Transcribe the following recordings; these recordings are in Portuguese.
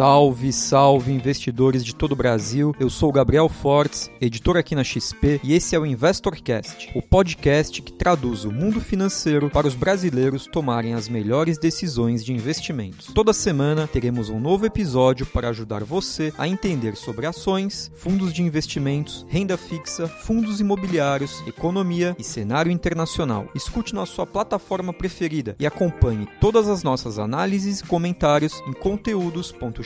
Salve, salve investidores de todo o Brasil, eu sou o Gabriel Fortes, editor aqui na XP e esse é o InvestorCast, o podcast que traduz o mundo financeiro para os brasileiros tomarem as melhores decisões de investimentos. Toda semana teremos um novo episódio para ajudar você a entender sobre ações, fundos de investimentos, renda fixa, fundos imobiliários, economia e cenário internacional. Escute na sua plataforma preferida e acompanhe todas as nossas análises e comentários em conteúdos.xpi.com.br.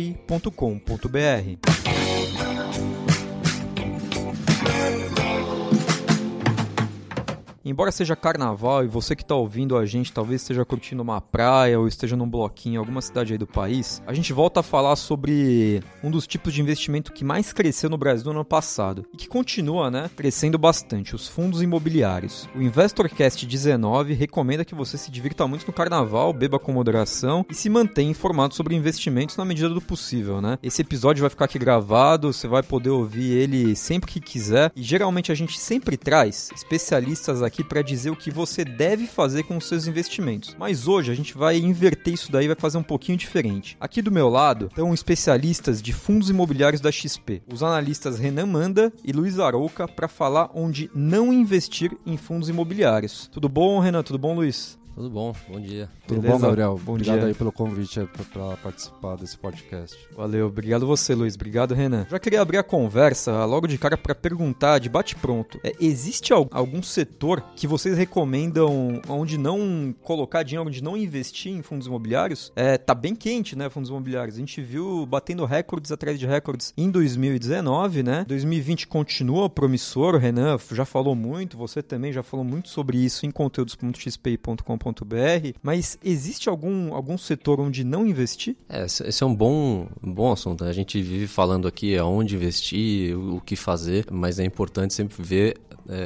Embora seja carnaval e você que está ouvindo a gente talvez esteja curtindo uma praia ou esteja num bloquinho em alguma cidade aí do país, a gente volta a falar sobre um dos tipos de investimento que mais cresceu no Brasil no ano passado e que continua, crescendo bastante, os fundos imobiliários. O InvestorCast 19 recomenda que você se divirta muito no carnaval, beba com moderação e se mantenha informado sobre investimentos na medida do possível, Esse episódio vai ficar aqui gravado, você vai poder ouvir ele sempre que quiser e geralmente a gente sempre traz especialistas aqui para dizer o que você deve fazer com os seus investimentos. Mas hoje a gente vai inverter isso daí, vai fazer um pouquinho diferente. Aqui do meu lado estão especialistas de fundos imobiliários da XP, os analistas Renan Manda e Luiz Arouca, para falar onde não investir em fundos imobiliários. Tudo bom, Renan? Tudo bom, Luiz? Tudo bom, bom dia. Tudo Beleza? bom, Gabriel? Obrigado Obrigado aí pelo convite para participar desse podcast. Valeu, obrigado você, Luiz. Obrigado, Renan. Já queria abrir a conversa logo de cara para perguntar, de bate-pronto. Existe algum setor que vocês recomendam onde não colocar dinheiro, onde não investir em fundos imobiliários? Tá bem quente, fundos imobiliários. A gente viu batendo recordes atrás de recordes em 2019, 2020 continua promissor, o Renan já falou muito, você também já falou muito sobre isso em conteúdos.xpi.com.br, mas existe algum setor onde não investir? Esse é um bom assunto. A gente vive falando aqui aonde investir, o que fazer, mas é importante sempre ver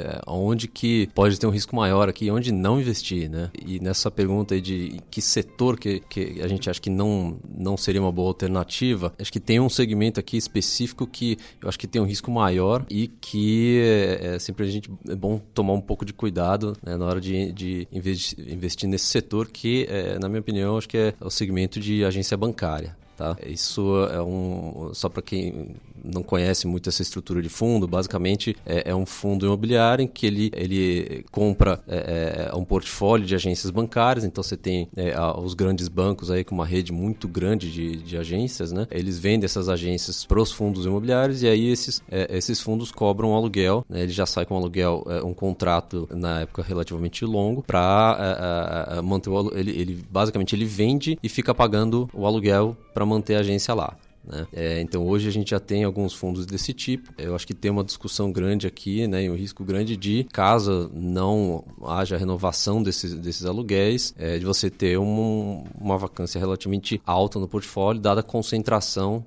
onde que pode ter um risco maior aqui, onde não investir, E nessa pergunta aí de que setor que a gente acha que não seria uma boa alternativa, acho que tem um segmento aqui específico que eu acho que tem um risco maior e que sempre é bom tomar um pouco de cuidado na hora de investir nesse setor que, na minha opinião, acho que é o segmento de agência bancária. Tá? Isso só para quem não conhece muito essa estrutura de fundo, basicamente é um fundo imobiliário em que ele compra um portfólio de agências bancárias. Então você tem os grandes bancos aí com uma rede muito grande de agências, Eles vendem essas agências para os fundos imobiliários e aí esses fundos cobram um aluguel, Ele já sai com um aluguel, um contrato na época relativamente longo para manter o aluguel. Basicamente ele vende e fica pagando o aluguel para manter a agência lá. Então hoje a gente já tem alguns fundos desse tipo. Eu acho que tem uma discussão grande aqui, e um risco grande de, caso não haja renovação desses aluguéis, de você ter uma vacância relativamente alta no portfólio, dada a concentração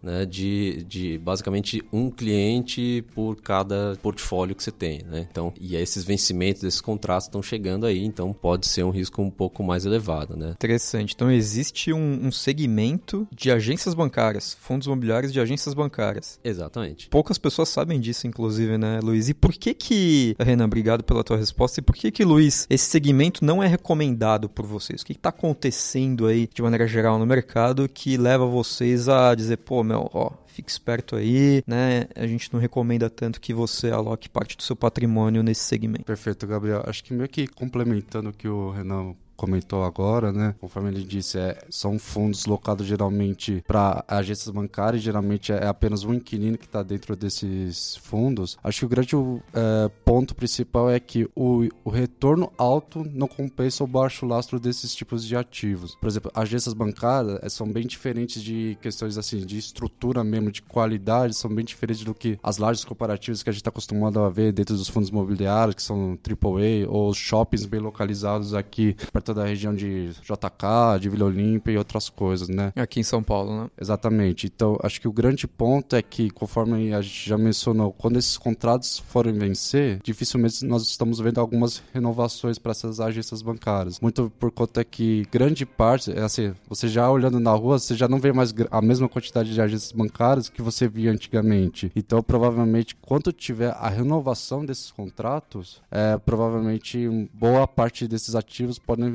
de basicamente um cliente por cada portfólio que você tem. Então, e esses vencimentos desses contratos estão chegando aí, então pode ser um risco um pouco mais elevado. Interessante. Então existe um segmento de agências bancárias, fundos imobiliários de agências bancárias. Exatamente. Poucas pessoas sabem disso, inclusive, Luiz? E por que Renan, obrigado pela tua resposta, e por que, Luiz, esse segmento não é recomendado por vocês? O que está acontecendo aí, de maneira geral, no mercado que leva vocês a dizer, fique esperto aí, A gente não recomenda tanto que você aloque parte do seu patrimônio nesse segmento. Perfeito, Gabriel. Acho que meio que complementando o que o Renan comentou agora, Conforme ele disse, são fundos locados geralmente para agências bancárias, geralmente é apenas um inquilino que está dentro desses fundos. Acho que o grande ponto principal é que o retorno alto não compensa o baixo lastro desses tipos de ativos. Por exemplo, agências bancárias são bem diferentes de questões assim, de estrutura mesmo, de qualidade, são bem diferentes do que as lajes corporativas que a gente está acostumado a ver dentro dos fundos imobiliários, que são AAA, ou os shoppings bem localizados aqui perto da região de JK, de Vila Olímpia e outras coisas, Aqui em São Paulo, Exatamente. Então, acho que o grande ponto é que, conforme a gente já mencionou, quando esses contratos forem vencer, dificilmente nós estamos vendo algumas renovações para essas agências bancárias. Muito por conta que grande parte, você já olhando na rua, você já não vê mais a mesma quantidade de agências bancárias que você via antigamente. Então, provavelmente, quando tiver a renovação desses contratos, provavelmente boa parte desses ativos podem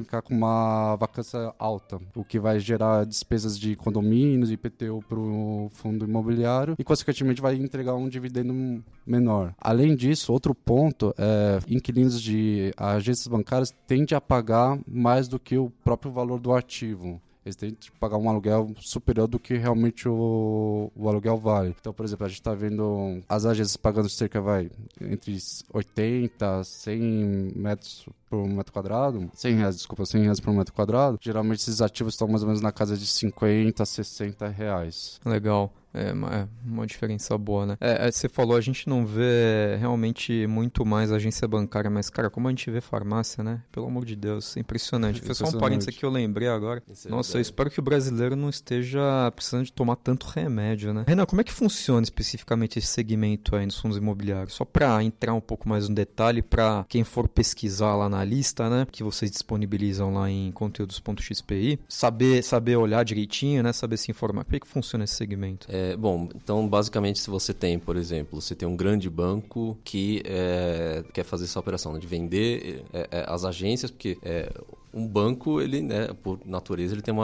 ficar com uma vacância alta, o que vai gerar despesas de condomínios, IPTU para o fundo imobiliário e, consequentemente, vai entregar um dividendo menor. Além disso, outro ponto é inquilinos de agências bancárias tendem a pagar mais do que o próprio valor do ativo. Eles têm que pagar um aluguel superior do que realmente o aluguel vale. Então, por exemplo, a gente está vendo as agências pagando cerca, entre 80 a 100 metros por metro quadrado. 100 reais por metro quadrado. Geralmente esses ativos estão mais ou menos na casa de 50 a 60 reais. Legal. É uma diferença boa, né? Você falou, a gente não vê realmente muito mais agência bancária, mas, cara, como a gente vê farmácia, né? Pelo amor de Deus, é impressionante. Foi só um parênteses aqui que eu lembrei agora. Nossa, eu espero que o brasileiro não esteja precisando de tomar tanto remédio, né? Renan, como é que funciona especificamente esse segmento aí nos fundos imobiliários? Só para entrar um pouco mais no detalhe, para quem for pesquisar lá na lista, né? Que vocês disponibilizam lá em conteúdos.xpi, saber olhar direitinho, né? Saber se informar. Como é que funciona esse segmento? Bom, então basicamente se você tem, por exemplo, você tem um grande banco que quer fazer essa operação, né, de vender as agências, porque um banco, ele, né, por natureza, ele tem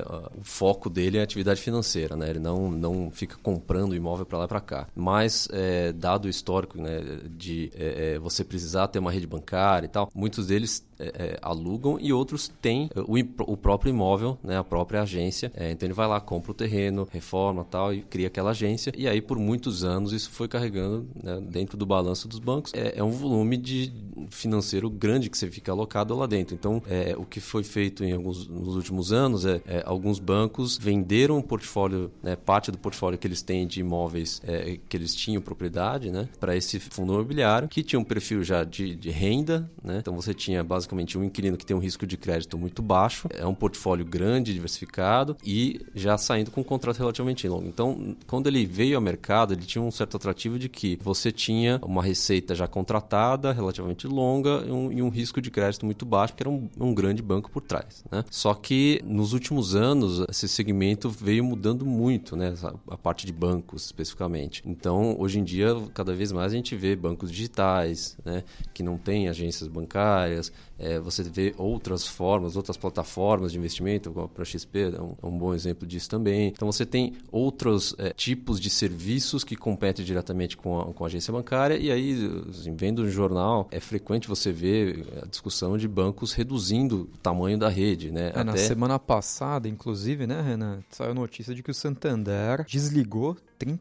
o foco dele é a atividade financeira, né? Ele não fica comprando imóvel para lá e para cá. Mas, dado o histórico, né, de você precisar ter uma rede bancária e tal, muitos deles alugam e outros têm o próprio imóvel, né, a própria agência. Então ele vai lá, compra o terreno, reforma e tal, e cria aquela agência. E aí, por muitos anos, isso foi carregando, né, dentro do balanço dos bancos. É um volume de financeiro grande que você fica alocado lá dentro. Então, o que foi feito nos últimos anos alguns bancos venderam o portfólio, né, parte do portfólio que eles têm de imóveis que eles tinham propriedade, né, para esse fundo imobiliário, que tinha um perfil já de renda, né? Então você tinha basicamente um inquilino que tem um risco de crédito muito baixo, é um portfólio grande, diversificado e já saindo com um contrato relativamente longo. Então, quando ele veio ao mercado, ele tinha um certo atrativo de que você tinha uma receita já contratada, relativamente longa e um risco de crédito muito baixo, que era um grande banco por trás, né? Só que nos últimos anos esse segmento veio mudando muito, né? A parte de bancos especificamente. Então hoje em dia cada vez mais a gente vê bancos digitais, né, que não têm agências bancárias. Você vê outras plataformas de investimento, como a ProXP é um bom exemplo disso também. Então você tem outros tipos de serviços que competem diretamente com a agência bancária, e aí, assim, vendo no jornal, é frequente você ver a discussão de bancos reduzindo o tamanho da rede, né? Na semana passada, inclusive, né, Renan, saiu a notícia de que o Santander desligou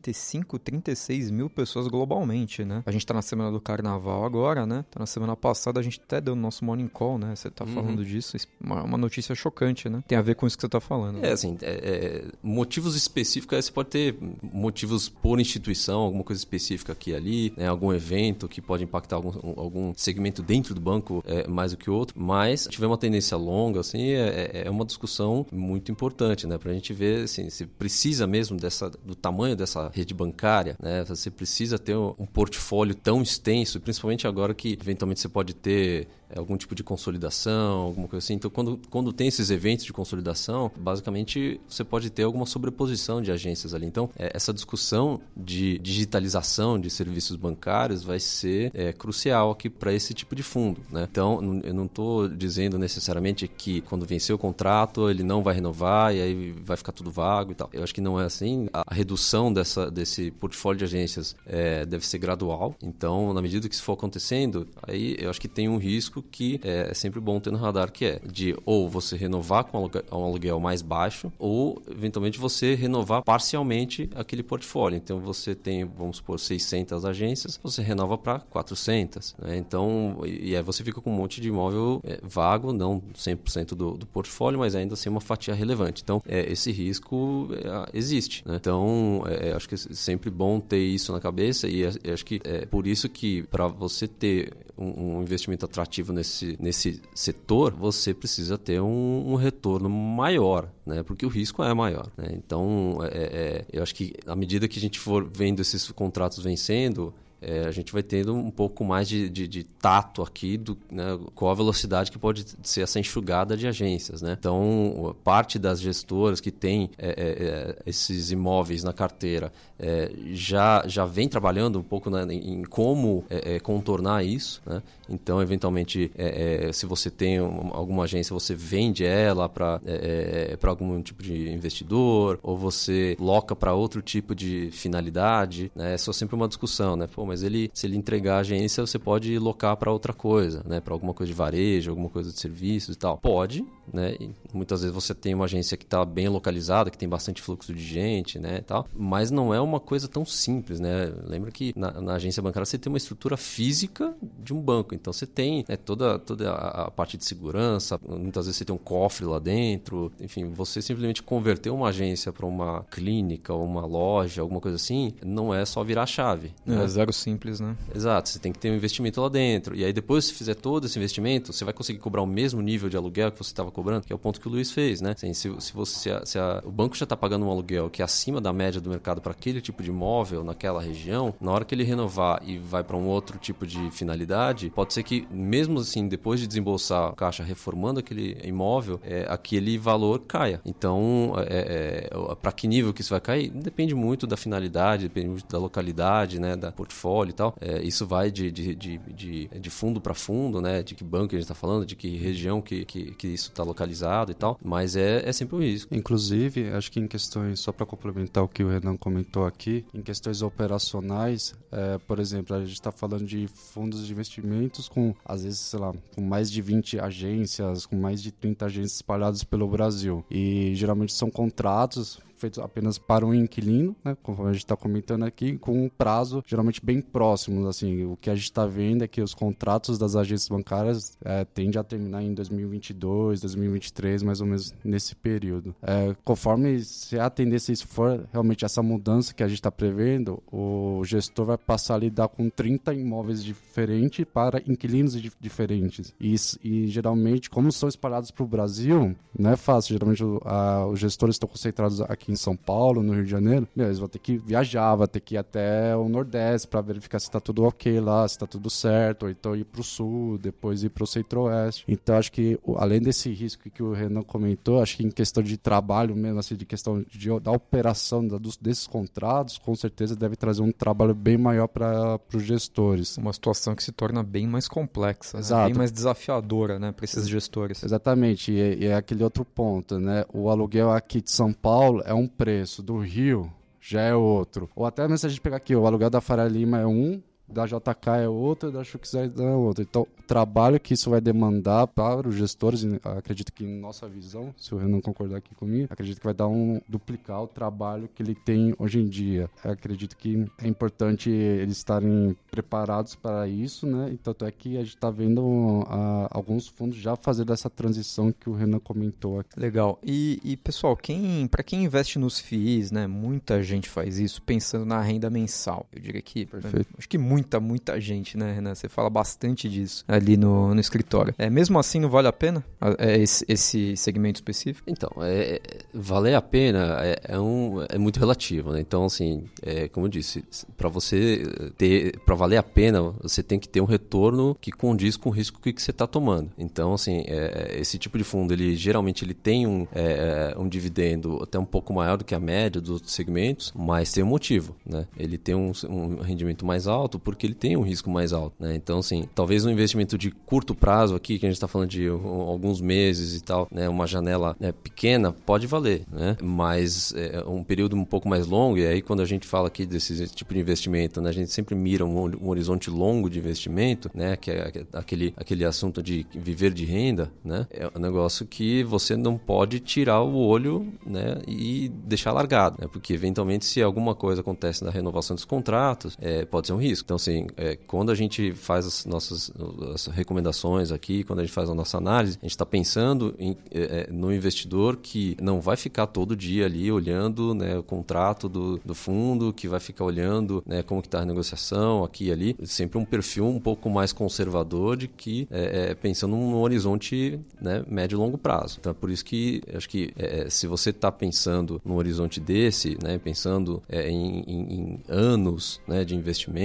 35, 36 mil pessoas globalmente, né? A gente tá na semana do carnaval agora, né? Tá na semana passada, a gente até deu o nosso morning call, né? Você tá falando disso, uma notícia chocante, né? Tem a ver com isso que você tá falando. Assim, motivos específicos, você pode ter motivos por instituição, alguma coisa específica aqui e ali, né? Algum evento que pode impactar algum segmento dentro do banco mais do que outro, mas se tiver uma tendência longa, assim, é uma discussão muito importante, né? Pra gente ver, assim, se precisa mesmo do tamanho dessa rede bancária, né? Você precisa ter um portfólio tão extenso, principalmente agora que eventualmente você pode ter algum tipo de consolidação, alguma coisa assim. Então, quando tem esses eventos de consolidação, basicamente você pode ter alguma sobreposição de agências ali. Então, essa discussão de digitalização de serviços bancários vai ser crucial aqui para esse tipo de fundo, né? Então, eu não estou dizendo necessariamente que quando vencer o contrato ele não vai renovar e aí vai ficar tudo vago e tal. Eu acho que não é assim. A redução desse portfólio de agências deve ser gradual. Então, na medida que isso for acontecendo, aí eu acho que tem um risco que é sempre bom ter no radar, que é de ou você renovar com um aluguel mais baixo ou, eventualmente, você renovar parcialmente aquele portfólio. Então, você tem, vamos supor, 600 agências, você renova para 400, né? Então, e aí você fica com um monte de imóvel vago, não 100% do portfólio, mas ainda assim uma fatia relevante. Então, esse risco existe, né? Então, acho que é sempre bom ter isso na cabeça e acho que é por isso que para você ter um investimento atrativo nesse setor, você precisa ter um retorno maior, né? Porque o risco é maior, né? Então, eu acho que à medida que a gente for vendo esses contratos vencendo, a gente vai tendo um pouco mais de tato aqui né, com a velocidade que pode ser essa enxugada de agências, né? Então, parte das gestoras que tem esses imóveis na carteira já vem trabalhando um pouco, né, em como contornar isso, né? Então, eventualmente, se você tem alguma agência, você vende ela para algum tipo de investidor, ou você loca para outro tipo de finalidade, né? É só sempre uma discussão, né? Pô, mas se ele entregar a agência, você pode locar para outra coisa, né? Para alguma coisa de varejo, alguma coisa de serviços e tal. Pode, né? E muitas vezes você tem uma agência que está bem localizada, que tem bastante fluxo de gente, né? E tal, mas não é uma coisa tão simples, né? Lembra que na agência bancária você tem uma estrutura física de um banco, então você tem, né, toda a parte de segurança, muitas vezes você tem um cofre lá dentro, enfim, você simplesmente converter uma agência para uma clínica ou uma loja, alguma coisa assim, não é só virar a chave. Né? É zero simples, né? Exato, você tem que ter um investimento lá dentro, e aí depois se fizer todo esse investimento, você vai conseguir cobrar o mesmo nível de aluguel que você estava cobrando, que é o ponto que o Luiz fez, né? Assim, se o banco já está pagando um aluguel que é acima da média do mercado para aquele tipo de imóvel naquela região, na hora que ele renovar e vai para um outro tipo de finalidade, pode ser que mesmo assim, depois de desembolsar a caixa reformando aquele imóvel, aquele valor caia. Então, para que nível que isso vai cair? Depende muito da finalidade, depende muito da localidade, né, da portfólio e tal. Isso vai de fundo para fundo, né, de que banco a gente está falando, de que região que isso está localizado e tal, mas é sempre um risco. Inclusive, acho que em questões, só para complementar o que o Renan comentou aqui, em questões operacionais, por exemplo, a gente está falando de fundos de investimentos com, às vezes, sei lá, com mais de 20 agências, com mais de 30 agências espalhadas pelo Brasil. E geralmente são contratos feitos apenas para um inquilino, né, conforme a gente está comentando aqui, com um prazo geralmente bem próximo. Assim, o que a gente está vendo é que os contratos das agências bancárias tendem a terminar em 2022, 2023, mais ou menos nesse período. Conforme se a tendência isso for realmente essa mudança que a gente está prevendo, o gestor vai passar a lidar com 30 imóveis diferentes para inquilinos diferentes. E geralmente, como são espalhados para o Brasil, não é fácil. Geralmente os gestores estão concentrados aqui em São Paulo, no Rio de Janeiro, eles vão ter que viajar, vão ter que ir até o Nordeste para verificar se está tudo ok lá, se está tudo certo, ou então ir para o Sul, depois ir para o Centro-Oeste. Então, acho que, além desse risco que o Renan comentou, acho que em questão de trabalho mesmo, assim, de questão da operação desses contratos, com certeza deve trazer um trabalho bem maior para os gestores. Uma situação que se torna bem mais complexa, né? Bem mais desafiadora, né, para esses gestores. Exatamente, e é aquele outro ponto, né? O aluguel aqui de São Paulo é um preço, do Rio já é outro. Ou até mesmo se a gente pegar aqui, o aluguel da Faria Lima é um, da JK é outro, da Schuxer é outro. Então, o trabalho que isso vai demandar para os gestores, acredito que em nossa visão, se o Renan concordar aqui comigo, acredito que vai duplicar o trabalho que ele tem hoje em dia. Acredito que é importante eles estarem preparados para isso, né? E tanto é que a gente está vendo alguns fundos já fazendo essa transição que o Renan comentou aqui. Legal. E pessoal, para quem investe nos FIIs, né? Muita gente faz isso pensando na renda mensal. Eu diria que, acho que muita gente, né, Renan? Você fala bastante disso ali no escritório. Mesmo assim, não vale a pena esse segmento específico? Então, valer a pena é muito relativo, né? Então, assim, como eu disse, para valer a pena, você tem que ter um retorno que condiz com o risco que você está tomando. Então, assim, esse tipo de fundo, geralmente ele tem um dividendo até um pouco maior do que a média dos outros segmentos, mas tem um motivo, né? Ele tem um rendimento mais alto porque ele tem um risco mais alto, né? Então, assim, talvez um investimento de curto prazo aqui, que a gente está falando de alguns meses e tal, né? Uma janela pequena pode valer, né? Mas um período um pouco mais longo, e aí quando a gente fala aqui desse tipo de investimento, né? A gente sempre mira um horizonte longo de investimento, né? Que é aquele assunto de viver de renda, né? É um negócio que você não pode tirar o olho, né? E deixar largado, né? Porque eventualmente se alguma coisa acontece na renovação dos contratos, pode ser um risco. Então, assim, quando a gente faz as recomendações aqui, quando a gente faz a nossa análise, a gente está pensando no investidor que não vai ficar todo dia ali olhando, né, o contrato do fundo, que vai ficar olhando, né, como que está a negociação aqui e ali. Sempre um perfil um pouco mais conservador de que pensando num horizonte, né, médio e longo prazo. Então, é por isso que acho que se você está pensando num horizonte desse, né, pensando em anos, né, de investimento e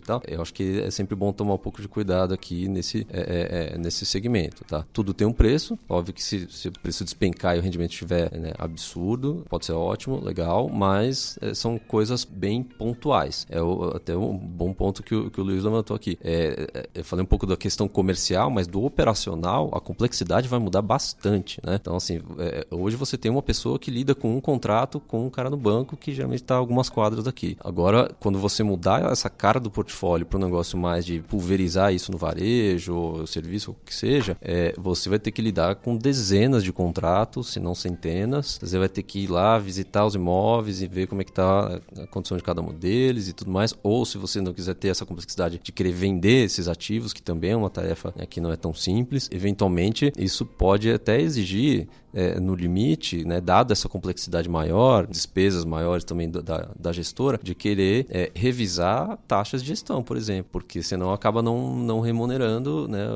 tal, eu acho que é sempre bom tomar um pouco de cuidado aqui nesse segmento, tá? Tudo tem um preço, óbvio que se o preço despencar e o rendimento estiver, né, absurdo, pode ser ótimo, legal, mas são coisas bem pontuais. Até um bom ponto que o Luiz levantou aqui. Eu falei um pouco da questão comercial, mas do operacional, a complexidade vai mudar bastante, né? Então, assim, hoje você tem uma pessoa que lida com um contrato com um cara no banco que geralmente está algumas quadras daqui. Agora, quando você mudar essa cara do portfólio para um negócio mais de pulverizar isso no varejo, ou serviço, ou o que seja, você vai ter que lidar com dezenas de contratos, se não centenas. Você vai ter que ir lá visitar os imóveis e ver como é que está a condição de cada um deles e tudo mais. Ou se você não quiser ter essa complexidade de querer vender esses ativos, que também é uma tarefa, né, que não é tão simples, eventualmente isso pode até exigir, no limite, né, dado essa complexidade maior, despesas maiores também da gestora, de querer revisar taxas de gestão, por exemplo, porque senão acaba não remunerando, né,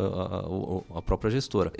a própria gestora.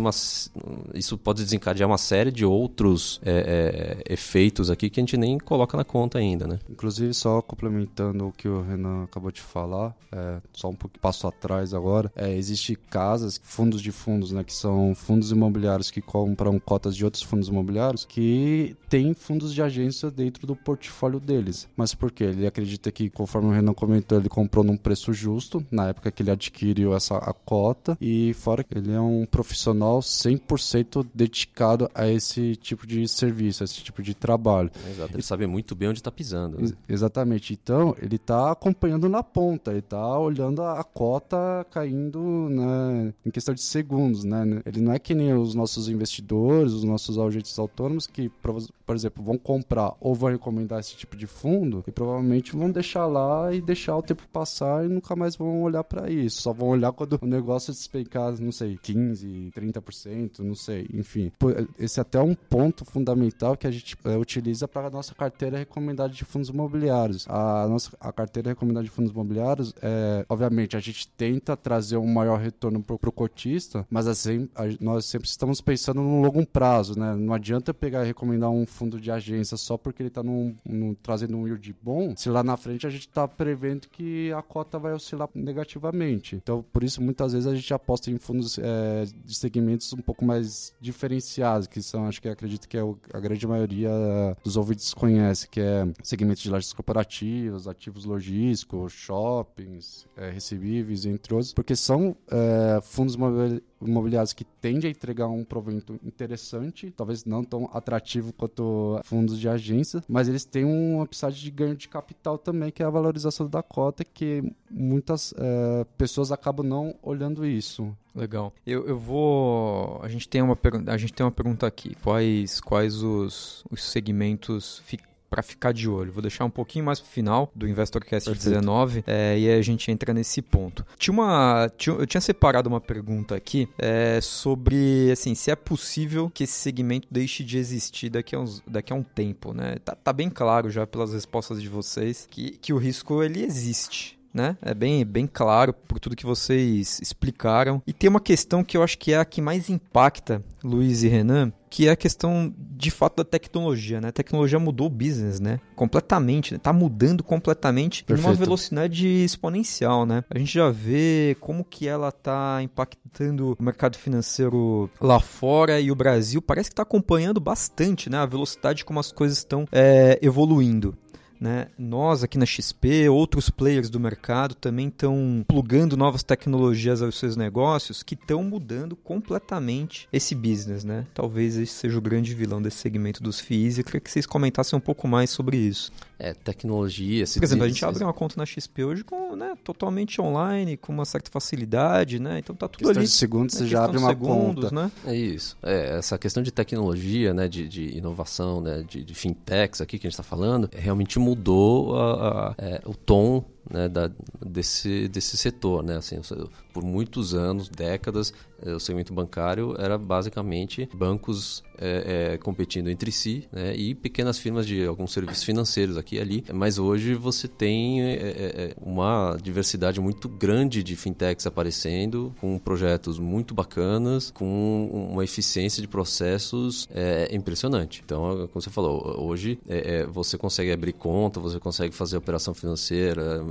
Isso pode desencadear uma série de outros efeitos aqui que a gente nem coloca na conta ainda, né? Inclusive, só complementando o que o Renan acabou de falar, só um pouco passo atrás agora, existe casas, fundos de fundos, né, que são fundos imobiliários que compram cotas de outros fundos imobiliários que têm fundos de agência dentro do portfólio deles. Mas por quê? Ele acredita que, conforme o Renan comentou, ele comprou num preço justo, na época que ele adquiriu a cota, e fora que ele é um profissional 100% dedicado a esse tipo de serviço, a esse tipo de trabalho. Exato, ele sabe muito bem onde está pisando. Né? Exatamente. Então, ele está acompanhando na ponta, ele está olhando a cota caindo, né, em questão de segundos. Né? Ele não é que nem os nossos investidores, os nossos agentes autônomos que, por exemplo, vão comprar ou vão recomendar esse tipo de fundo e provavelmente vão deixar lá e deixar o tempo passar e nunca mais vão olhar para isso. Só vão olhar quando o negócio despencar, não sei, 15%, 30%, não sei, enfim. Esse é até um ponto fundamental que a gente utiliza para a nossa carteira recomendada de fundos imobiliários. A carteira recomendada de fundos imobiliários, obviamente, a gente tenta trazer um maior retorno para o cotista, mas assim, nós sempre estamos pensando no longo prazo, né? Não adianta pegar e recomendar um fundo de agência só porque ele está trazendo um yield bom, se lá na frente a gente está prevendo que a cota vai oscilar negativamente. Então, por isso, muitas vezes a gente aposta em fundos de segmentos um pouco mais diferenciados, que são, acho que acredito que a grande maioria dos ouvintes conhece, que é segmentos de lajes corporativas, ativos logísticos, shoppings, recebíveis, entre outros, porque são fundos imobiliários que tendem a entregar um provento interessante, talvez não tão atrativo quanto fundos de agência, mas eles têm um upside de ganho de capital também, que é a valorização da cota, que muitas pessoas acabam não olhando isso. Legal. A gente tem uma pergunta aqui. Quais os segmentos para ficar de olho? Vou deixar um pouquinho mais pro final do InvestorCast 19 e aí a gente entra nesse ponto. Eu tinha separado uma pergunta aqui sobre assim, se é possível que esse segmento deixe de existir daqui a um tempo, né? Tá bem claro já pelas respostas de vocês que o risco ele existe. Né? É bem claro por tudo que vocês explicaram. E tem uma questão que eu acho que é a que mais impacta Luiz e Renan, que é a questão de fato da tecnologia, né? A tecnologia mudou o business, né? Completamente, né? Tá mudando completamente numa velocidade exponencial, né? A gente já vê como que ela tá impactando o mercado financeiro lá fora e o Brasil parece que tá acompanhando bastante, né? A velocidade como as coisas estão evoluindo. Né? Nós aqui na XP, outros players do mercado também estão plugando novas tecnologias aos seus negócios que estão mudando completamente esse business, né? Talvez esse seja o grande vilão desse segmento dos FIIs e eu queria que vocês comentassem um pouco mais sobre isso. Tecnologia... Por exemplo, a gente abre uma conta na XP hoje totalmente online, com uma certa facilidade, né? Então tá tudo ali. De segundos você já abre uma conta. Né? É isso. Essa questão de tecnologia, né? De inovação, né? De fintechs aqui que a gente está falando, realmente mudou o tom, né, desse setor, né? Assim, por muitos anos, décadas, o segmento bancário era basicamente bancos competindo entre si, né, e pequenas firmas de alguns serviços financeiros aqui e ali, mas hoje você tem uma diversidade muito grande de fintechs aparecendo, com projetos muito bacanas, com uma eficiência de processos impressionante. Então, como você falou, hoje você consegue abrir conta, você consegue fazer operação financeira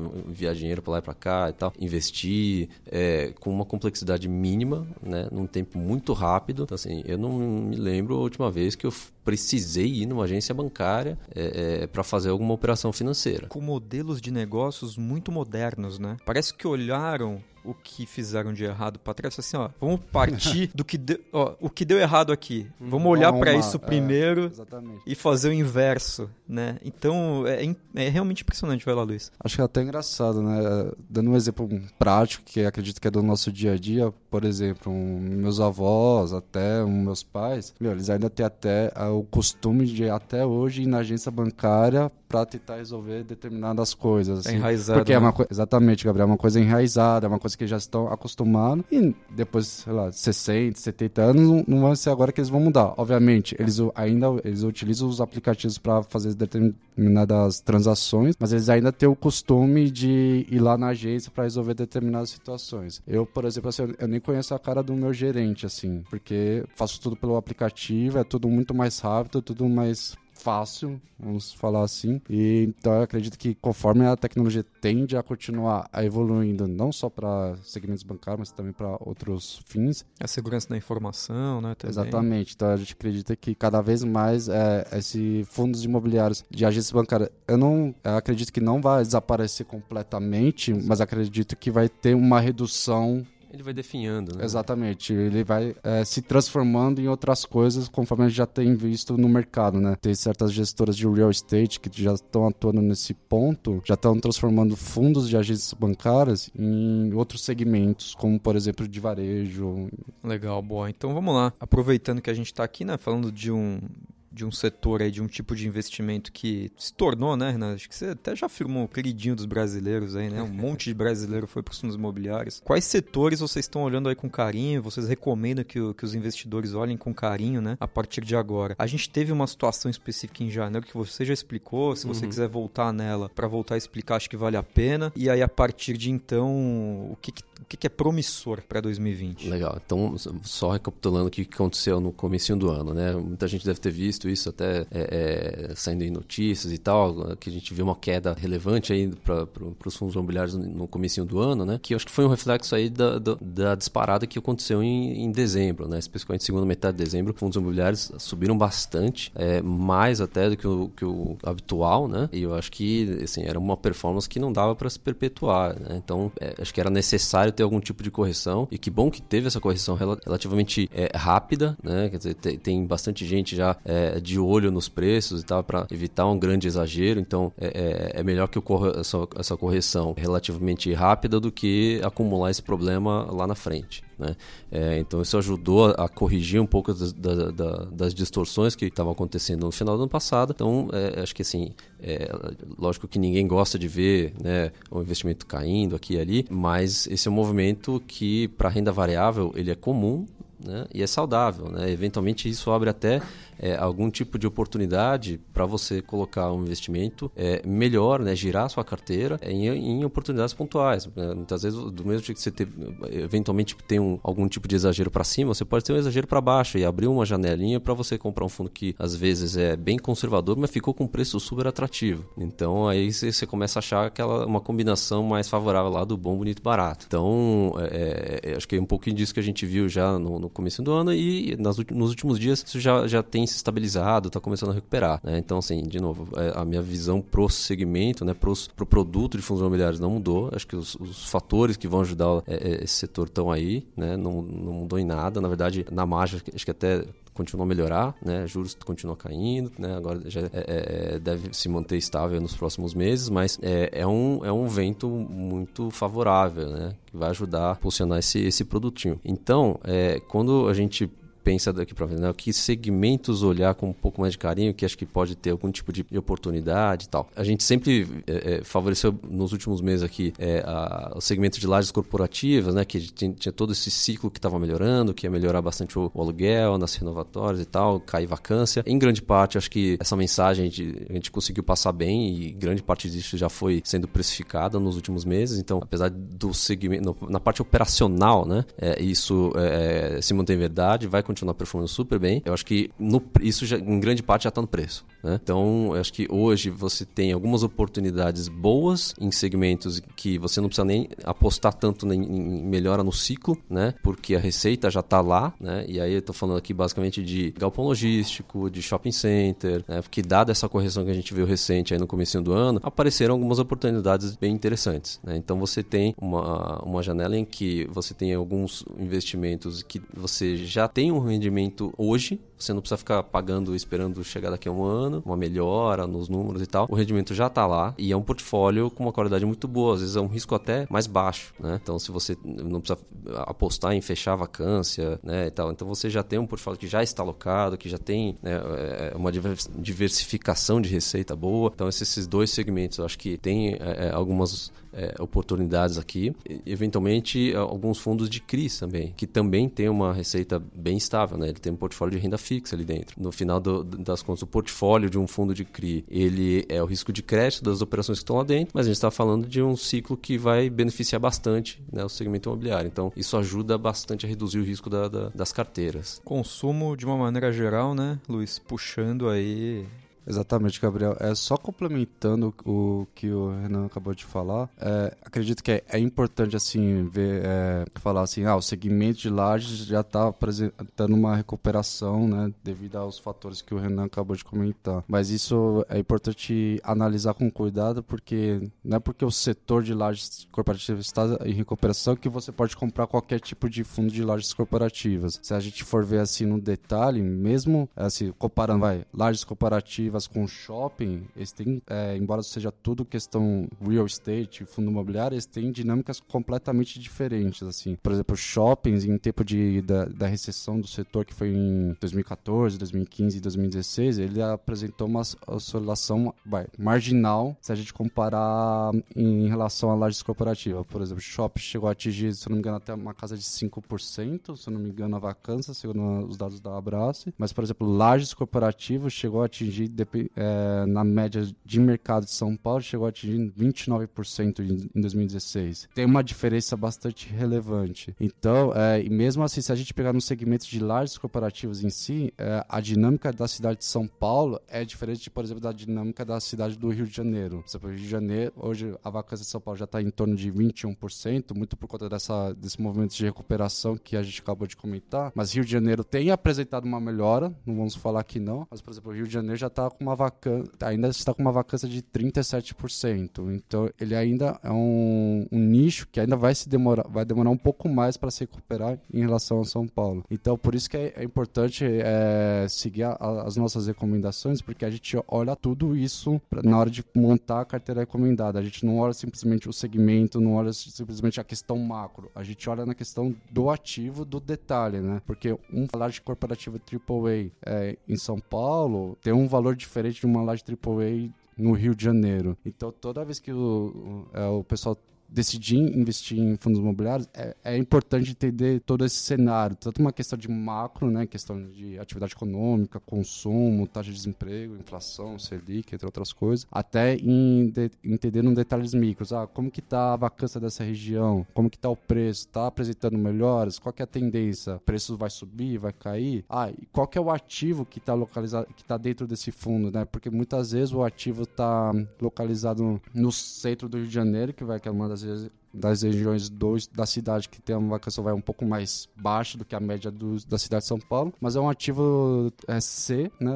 enviar dinheiro para lá e para cá e tal, investir com uma complexidade mínima, né, num tempo muito rápido. Então, assim, eu não me lembro a última vez que eu precisei ir numa agência bancária para fazer alguma operação financeira. Com modelos de negócios muito modernos, né? Parece que olharam o que fizeram de errado para trás, assim, ó, vamos partir do que o que deu errado aqui. Vamos olhar para isso primeiro e fazer o inverso, né? Então, é realmente impressionante, vai lá, Luiz. Acho que é até engraçado, né? Dando um exemplo prático, que acredito que é do nosso dia a dia, por exemplo, meus avós, até meus pais, eles ainda têm até o costume de, até hoje, ir na agência bancária para tentar resolver determinadas coisas. Assim. É enraizado. Porque exatamente, Gabriel, é uma coisa enraizada, é uma coisa que já estão acostumados e depois, sei lá, 60, 70 anos, não vai ser agora que eles vão mudar. Obviamente, eles utilizam os aplicativos para fazer determinadas transações, mas eles ainda têm o costume de ir lá na agência para resolver determinadas situações. Eu, por exemplo, assim, eu nem conheço a cara do meu gerente, assim, porque faço tudo pelo aplicativo, é tudo muito mais rápido, tudo mais fácil, vamos falar assim. E então eu acredito que conforme a tecnologia tende a continuar evoluindo, não só para segmentos bancários, mas também para outros fins. A segurança da informação, né? Também. Exatamente. Então a gente acredita que cada vez mais esses fundos imobiliários de agência bancária, eu acredito que não vai desaparecer completamente, mas acredito que vai ter uma redução. Ele vai definhando, né? Exatamente. Ele vai se transformando em outras coisas conforme a gente já tem visto no mercado, né? Tem certas gestoras de real estate que já estão atuando nesse ponto, já estão transformando fundos de agências bancárias em outros segmentos, como, por exemplo, de varejo. Legal, boa. Então, vamos lá. Aproveitando que a gente está aqui, né? Falando de um setor aí, de um tipo de investimento que se tornou, né, Renato? Acho que você até já afirmou o queridinho dos brasileiros aí, né? Um monte de brasileiro foi para os fundos imobiliários. Quais setores vocês estão olhando aí com carinho? Vocês recomendam que os investidores olhem com carinho, né? A partir de agora. A gente teve uma situação específica em janeiro que você já explicou. Se você quiser voltar nela para voltar a explicar, acho que vale a pena. E aí, a partir de então, o que é promissor para 2020? Legal. Então, só recapitulando o que aconteceu no comecinho do ano, né? Muita gente deve ter visto isso até saindo em notícias e tal, que a gente viu uma queda relevante aí para os fundos imobiliários no comecinho do ano, né? Que eu acho que foi um reflexo aí da disparada que aconteceu em dezembro, né? Especificamente segunda metade de dezembro, fundos imobiliários subiram bastante, mais até do que o habitual, né? E eu acho que assim, era uma performance que não dava para se perpetuar, né? Então, acho que era necessário ter algum tipo de correção, e que bom que teve essa correção relativamente rápida, né? Quer dizer, tem bastante gente já de olho nos preços e tal, para evitar um grande exagero. Então, é melhor que essa correção relativamente rápida do que acumular esse problema lá na frente, né? Então, isso ajudou a corrigir um pouco das distorções que estavam acontecendo no final do ano passado. Então, acho que assim, lógico que ninguém gosta de ver, né, o investimento caindo aqui e ali, mas esse é um movimento que, para renda variável, ele é comum, né, e é saudável, né? Eventualmente isso abre até algum tipo de oportunidade para você colocar um investimento melhor, né, girar a sua carteira em oportunidades pontuais, né? Muitas vezes, do mesmo jeito que você eventualmente tem algum tipo de exagero para cima, você pode ter um exagero para baixo e abrir uma janelinha para você comprar um fundo que às vezes é bem conservador, mas ficou com um preço super atrativo. Então aí você começa a achar uma combinação mais favorável lá do bom, bonito, barato. Então acho que é um pouquinho disso que a gente viu já no começo do ano, e nos últimos dias isso já tem se estabilizado, está começando a recuperar, né? Então, assim, de novo, a minha visão pro segmento, né, pro produto de fundos imobiliários não mudou. Acho que os fatores que vão ajudar esse setor estão aí, né? Não mudou em nada. Na verdade, na margem, acho que até continuou a melhorar, né? Juros continuam caindo, né? Agora já deve se manter estável nos próximos meses, mas é um vento muito favorável, né? Que vai ajudar a impulsionar esse produtinho. Então, quando a gente pensa daqui para frente, né? Que segmentos olhar com um pouco mais de carinho, que acho que pode ter algum tipo de oportunidade e tal. A gente sempre favoreceu nos últimos meses aqui o segmento de lajes corporativas, né? Que tinha todo esse ciclo que estava melhorando, que ia melhorar bastante o aluguel nas renovatórias e tal, cair vacância. Em grande parte, acho que essa mensagem a gente conseguiu passar bem, e grande parte disso já foi sendo precificada nos últimos meses. Então, apesar do segmento, na parte operacional, né? Isso se mantém verdade, vai continuar performando super bem. Eu acho que isso já, em grande parte, já está no preço. né? Então, eu acho que hoje você tem algumas oportunidades boas em segmentos que você não precisa nem apostar tanto em melhora no ciclo, né? Porque a receita já está lá, né? E aí eu estou falando aqui basicamente de galpão logístico, de shopping center, né? Porque dada essa correção que a gente viu recente aí no comecinho do ano, apareceram algumas oportunidades bem interessantes, né? Então você tem uma janela em que você tem alguns investimentos que você já tem um rendimento hoje, você não precisa ficar pagando, esperando chegar daqui a um ano, uma melhora nos números e tal. O rendimento já está lá e é um portfólio com uma qualidade muito boa, às vezes é um risco até mais baixo, né? Então, se você não precisa apostar em fechar a vacância, né, e tal, então você já tem um portfólio que já está alocado, que já tem, né, uma diversificação de receita boa. Então, esses dois segmentos, eu acho que tem algumas oportunidades aqui. Eventualmente, alguns fundos de CRIs também, que também tem uma receita bem estável, né? Ele tem um portfólio de renda fixa ali dentro. No final das contas, o portfólio de um fundo de CRI, ele é o risco de crédito das operações que estão lá dentro, mas a gente está falando de um ciclo que vai beneficiar bastante, né, o segmento imobiliário. Então, isso ajuda bastante a reduzir o risco das carteiras. Consumo, de uma maneira geral, né, Luiz? Puxando aí... Exatamente, Gabriel. Só complementando o que o Renan acabou de falar, acredito que é importante assim ver, falar assim, o segmento de lajes já está apresentando uma recuperação, né, devido aos fatores que o Renan acabou de comentar. Mas isso é importante analisar com cuidado, porque não é porque o setor de lajes corporativas está em recuperação que você pode comprar qualquer tipo de fundo de lajes corporativas. Se a gente for ver assim no detalhe, mesmo assim, comparando, lajes corporativas com shopping, eles têm, embora seja tudo questão real estate, fundo imobiliário, eles têm dinâmicas completamente diferentes, assim. Por exemplo, shoppings, em tempo da recessão do setor, que foi em 2014, 2015 e 2016, ele apresentou uma oscilação marginal, se a gente comparar em relação a lajes corporativas. Por exemplo, shopping chegou a atingir, se eu não me engano, até uma casa de 5%, se eu não me engano, a vacância, segundo os dados da Abrace. Mas, por exemplo, lajes corporativas chegou a atingir na média de mercado de São Paulo, chegou a atingir 29% em 2016. Tem uma diferença bastante relevante. Então, e mesmo assim, se a gente pegar no segmento de lajes corporativos em si, a dinâmica da cidade de São Paulo é diferente, por exemplo, da dinâmica da cidade do Rio de Janeiro. Por exemplo, Rio de Janeiro, hoje a vacância de São Paulo já está em torno de 21%, muito por conta desse movimento de recuperação que a gente acabou de comentar. Mas Rio de Janeiro tem apresentado uma melhora, não vamos falar que não, mas, por exemplo, o Rio de Janeiro já está com ainda está com uma vacância de 37%. Então, ele ainda é um nicho que ainda vai demorar um pouco mais para se recuperar em relação a São Paulo. Então, por isso que é importante seguir as nossas recomendações, porque a gente olha tudo isso na hora de montar a carteira recomendada. A gente não olha simplesmente o segmento, não olha simplesmente a questão macro. A gente olha na questão do ativo, do detalhe, né? Porque um laje corporativo AAA em São Paulo tem um valor diferente de uma laje AAA no Rio de Janeiro. Então, toda vez que o pessoal decidir investir em fundos imobiliários, é importante entender todo esse cenário, tanto uma questão de macro, né, questão de atividade econômica, consumo, taxa de desemprego, inflação, Selic, entre outras coisas, até entender em detalhes micros, como que está a vacância dessa região, como que está o preço, está apresentando melhoras, qual que é a tendência, o preço vai subir, vai cair, e qual que é o ativo que está localizado, que está dentro desse fundo, né, porque muitas vezes o ativo está localizado no centro do Rio de Janeiro, que é uma das regiões da cidade que tem uma vacância um pouco mais baixa do que a média da cidade de São Paulo, mas é um ativo C, né,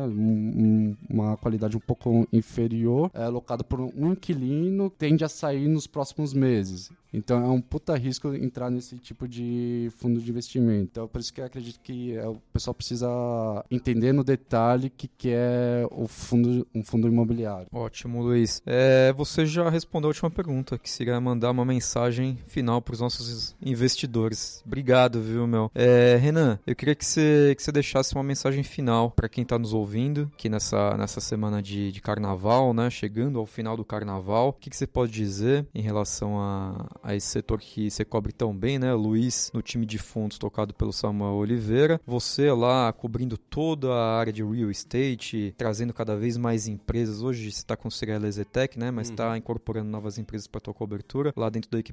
uma qualidade um pouco inferior, alocado por um inquilino, tende a sair nos próximos meses. Então é um puta risco entrar nesse tipo de fundo de investimento. Então por isso que eu acredito que o pessoal precisa entender no detalhe o que é um fundo imobiliário. Ótimo, Luiz. Você já respondeu a última pergunta, que seria mandar uma mensagem final para os nossos investidores. Obrigado, viu, meu? Renan, eu queria que você deixasse uma mensagem final para quem está nos ouvindo, que nessa semana de carnaval, né, chegando ao final do carnaval, o que você pode dizer em relação a esse setor que você cobre tão bem, né? Luiz, no time de fundos tocado pelo Samuel Oliveira. Você lá cobrindo toda a área de real estate, trazendo cada vez mais empresas. Hoje você está com o Cirela Ezetec, né? Mas está incorporando novas empresas para a tua cobertura lá dentro da equipe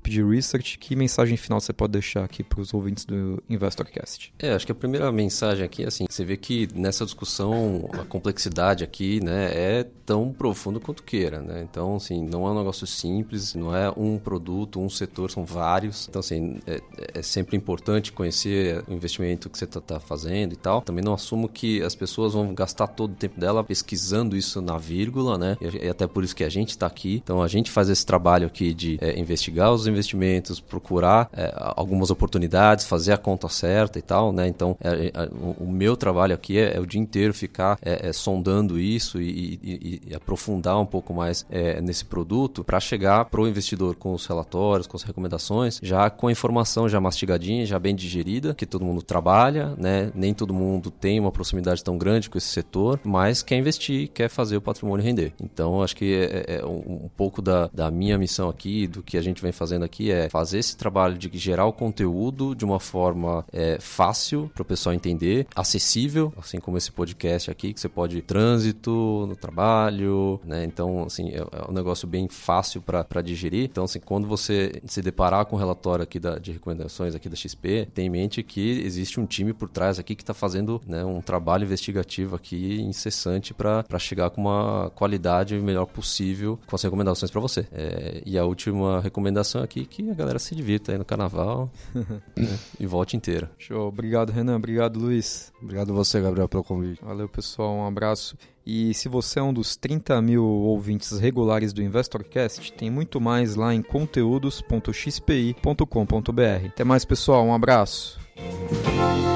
equipe de research. Que mensagem final você pode deixar aqui para os ouvintes do InvestorCast? Acho que a primeira mensagem aqui, assim, você vê que nessa discussão a complexidade aqui, né, é tão profunda quanto queira, né? Então, assim, não é um negócio simples, não é um produto, um setor, são vários. Então, assim, é sempre importante conhecer o investimento que você está fazendo e tal. Também não assumo que as pessoas vão gastar todo o tempo dela pesquisando isso na vírgula, né? E até por isso que a gente está aqui. Então, a gente faz esse trabalho aqui de investigar os investimentos, procurar algumas oportunidades, fazer a conta certa e tal, né? Então, o meu trabalho aqui é o dia inteiro ficar sondando isso e aprofundar um pouco mais nesse produto para chegar para o investidor com os relatórios, com as recomendações, já com a informação já mastigadinha, já bem digerida, que todo mundo trabalha, né? Nem todo mundo tem uma proximidade tão grande com esse setor, mas quer investir, quer fazer o patrimônio render. Então, acho que um pouco da minha missão aqui, do que a gente vem fazendo aqui, é fazer esse trabalho de gerar o conteúdo de uma forma fácil para o pessoal entender, acessível, assim como esse podcast aqui, que você pode ir trânsito, no trabalho, né? Então, assim, é um negócio bem fácil para digerir. Então, assim, quando você se deparar com o relatório aqui de recomendações aqui da XP, tem em mente que existe um time por trás aqui que está fazendo, né, um trabalho investigativo aqui incessante para chegar com uma qualidade melhor possível com as recomendações para você. E a última recomendação aqui, que a galera se divirta aí no carnaval né, e volte inteira. Show. Obrigado, Renan. Obrigado, Luiz. Obrigado a você, Gabriel, pelo convite. Valeu, pessoal. Um abraço. E se você é um dos 30 mil ouvintes regulares do InvestorCast, tem muito mais lá em conteúdos.xpi.com.br. Até mais, pessoal. Um abraço.